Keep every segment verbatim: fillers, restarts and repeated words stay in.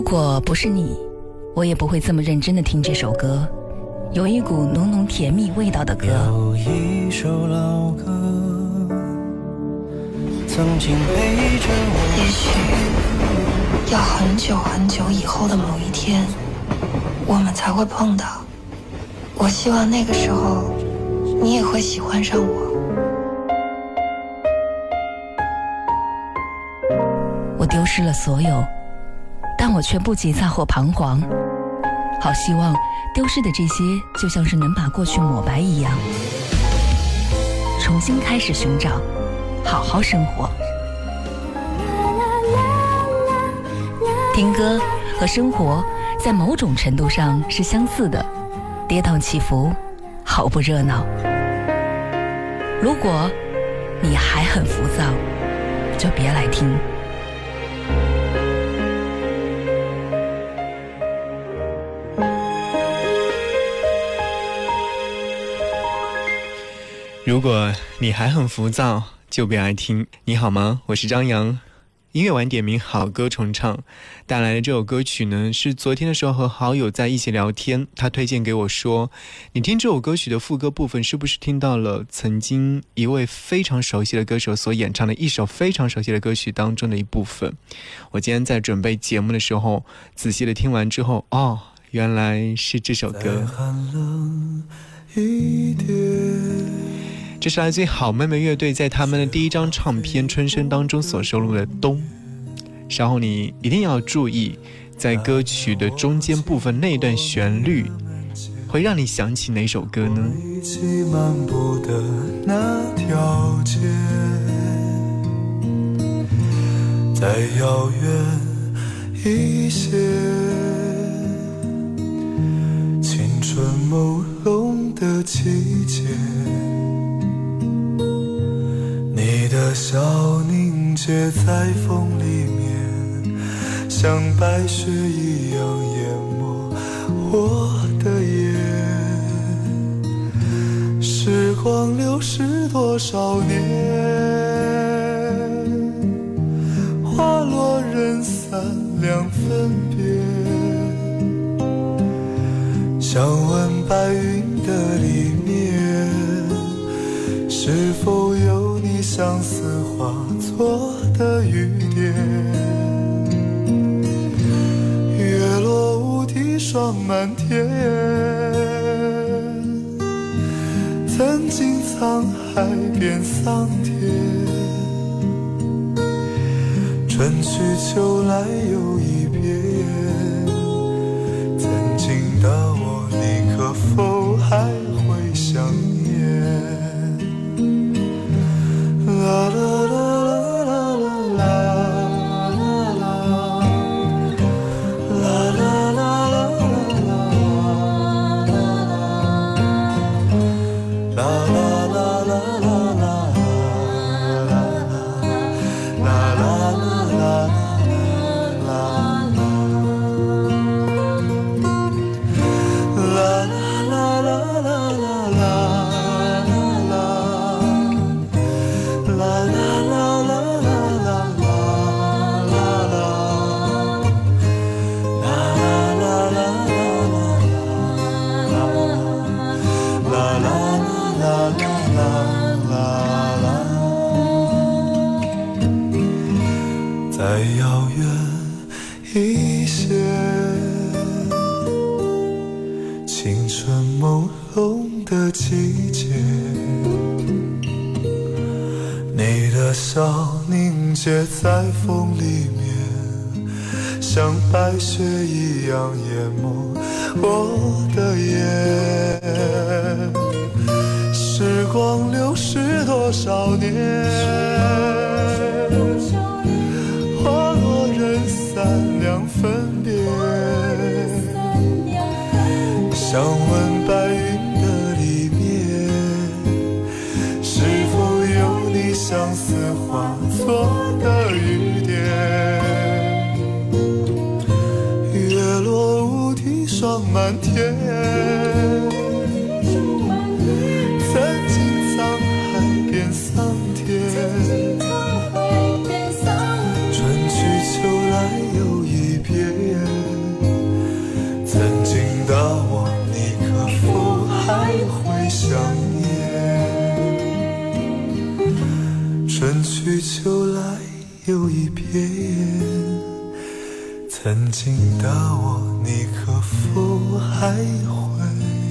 果不是你，我也不会这么认真地听这首歌，有一股浓浓甜蜜味道的歌。 有一首老歌，曾经陪着我。 也许要很久很久以后的某一天，我们才会碰到。我希望那个时候，你也会喜欢上我。 我丢失了所有，但我却不急躁或彷徨。好希望丢失的这些就像是能把过去抹白一样，重新开始寻找，好好生活。听歌和生活在某种程度上是相似的，跌宕起伏，好不热闹。如果你还很浮躁，就别来听。 如果你还很浮躁，就别爱听。你好吗？我是张扬。音乐晚点名，好歌重唱。带来的这首歌曲呢，是昨天的时候和好友在一起聊天，他推荐给我说，你听这首歌曲的副歌部分，是不是听到了曾经一位非常熟悉的歌手所演唱的一首非常熟悉的歌曲当中的一部分？我今天在准备节目的时候，仔细的听完之后，哦，原来是这首歌。这是来自于好妹妹乐队在他们的第一张唱片《春生》当中所收录的《冬》。然后你一定要注意，在歌曲的中间部分那段旋律，会让你想起哪首歌呢？ 一起漫步的那条街，再遥远一些，青春朦胧的季节。你的笑凝结在风里面，像白雪一样淹没我的眼。时光流逝多少年，花落人散两分别。想问白云的里面，是否有你相思化作的雨点？月落乌啼霜满天，曾经沧海变桑田，春去秋来又一遍。曾经的我，你可否还会想念？啦啦啦啦啦啦啦啦啦啦啦。再遥远一些，青春朦胧的季节，你的笑凝结在风里面，像白雪一样淹没我的眼。时光流逝多少年，花落人散两分别。想问白云的里面，是否有你相思化作的雨点？月落乌啼霜满天，曾经沧海变桑田，春去秋来又一遍。 去秋来又一瞥，曾经的我，你可否还会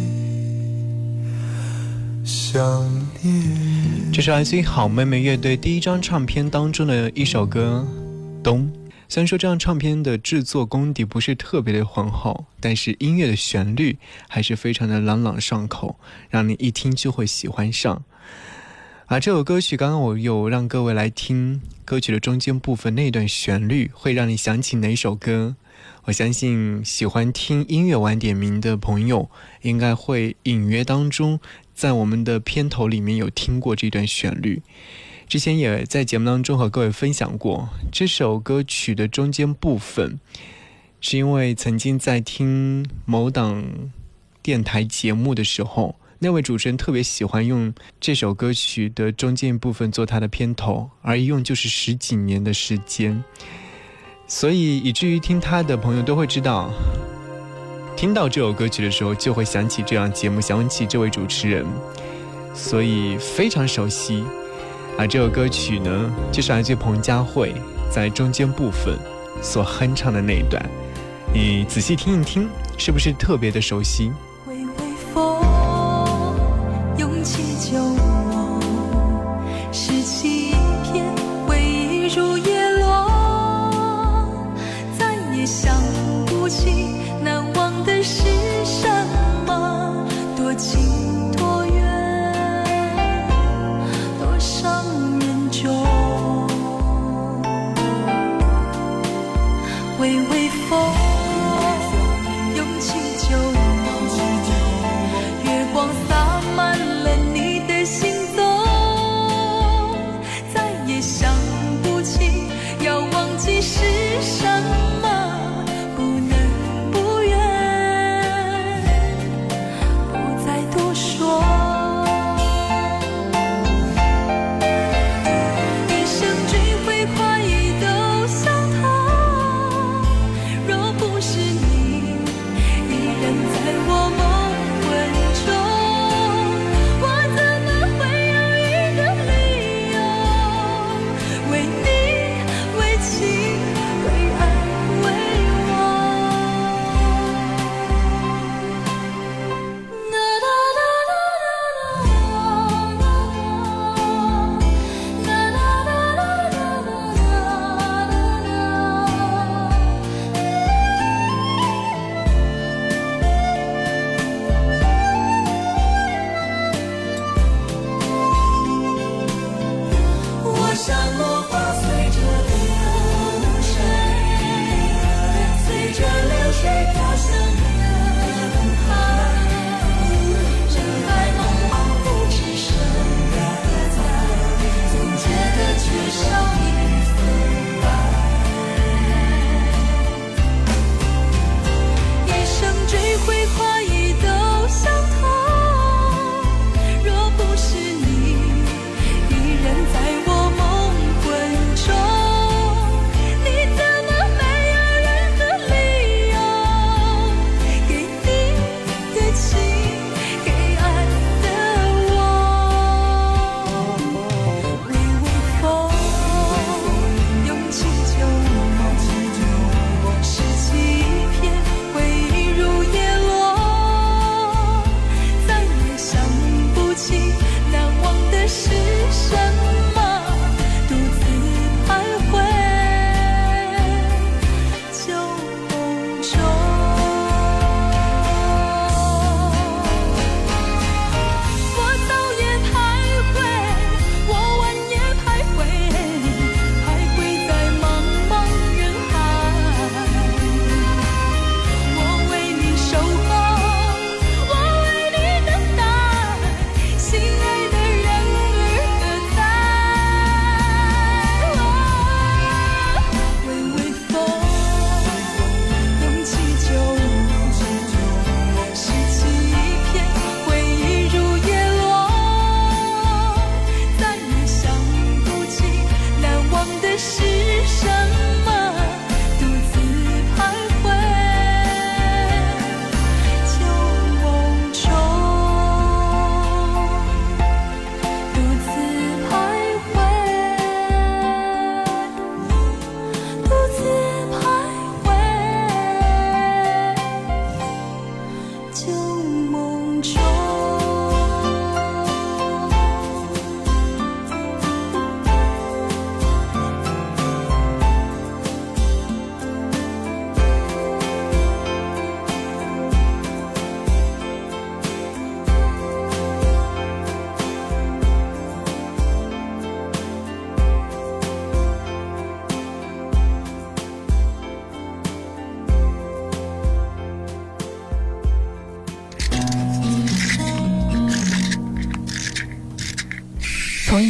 想念？ 这是来自于好妹妹乐队第一张唱片当中的一首歌《冬》。虽然说这张唱片的制作功底不是特别的浑厚，但是音乐的旋律还是非常的朗朗上口，让你一听就会喜欢上。而这首歌曲刚刚我有让各位来听歌曲的中间部分，那段旋律会让你想起哪首歌？我相信喜欢听音乐晚点名的朋友应该会隐约当中在我们的片头里面有听过这段旋律。之前也在节目当中和各位分享过，这首歌曲的中间部分是因为曾经在听某档电台节目的时候，那位主持人特别喜欢用这首歌曲的中间部分做他的片头，而一用就是十几年的时间，所以以至于听他的朋友都会知道，听到这首歌曲的时候就会想起这样节目，想起这位主持人，所以非常熟悉。而这首歌曲呢，就是来自彭佳慧在中间部分所哼唱的那一段，你仔细听一听，是不是特别的熟悉？ 微微风涌起旧梦，拾起一片回忆如叶落，再也想不起难忘的是什么，多情多远，多伤人中。微微风涌起旧梦，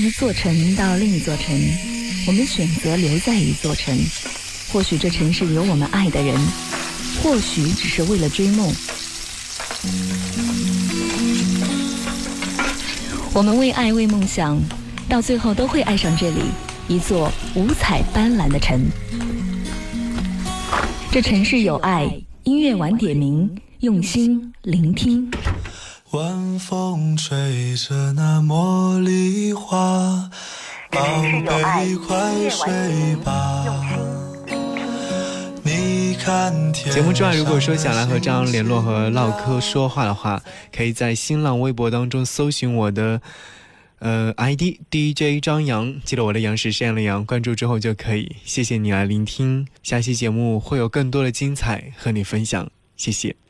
一座城到另一座城，我们选择留在一座城。或许这城市有我们爱的人，或许只是为了追梦。我们为爱为梦想，到最后都会爱上这里，一座五彩斑斓的城。这城市有爱，音乐晚点名，用心聆听。 晚风吹着那茉莉花，宝贝快睡吧。你看天。 节目之外，如果说想来和张扬联络和唠嗑说话的话，可以在新浪微博当中搜寻我的呃 I D D J 张扬，记得我的杨是山羊的羊，关注之后就可以。谢谢你来聆听，下期节目会有更多的精彩和你分享，谢谢。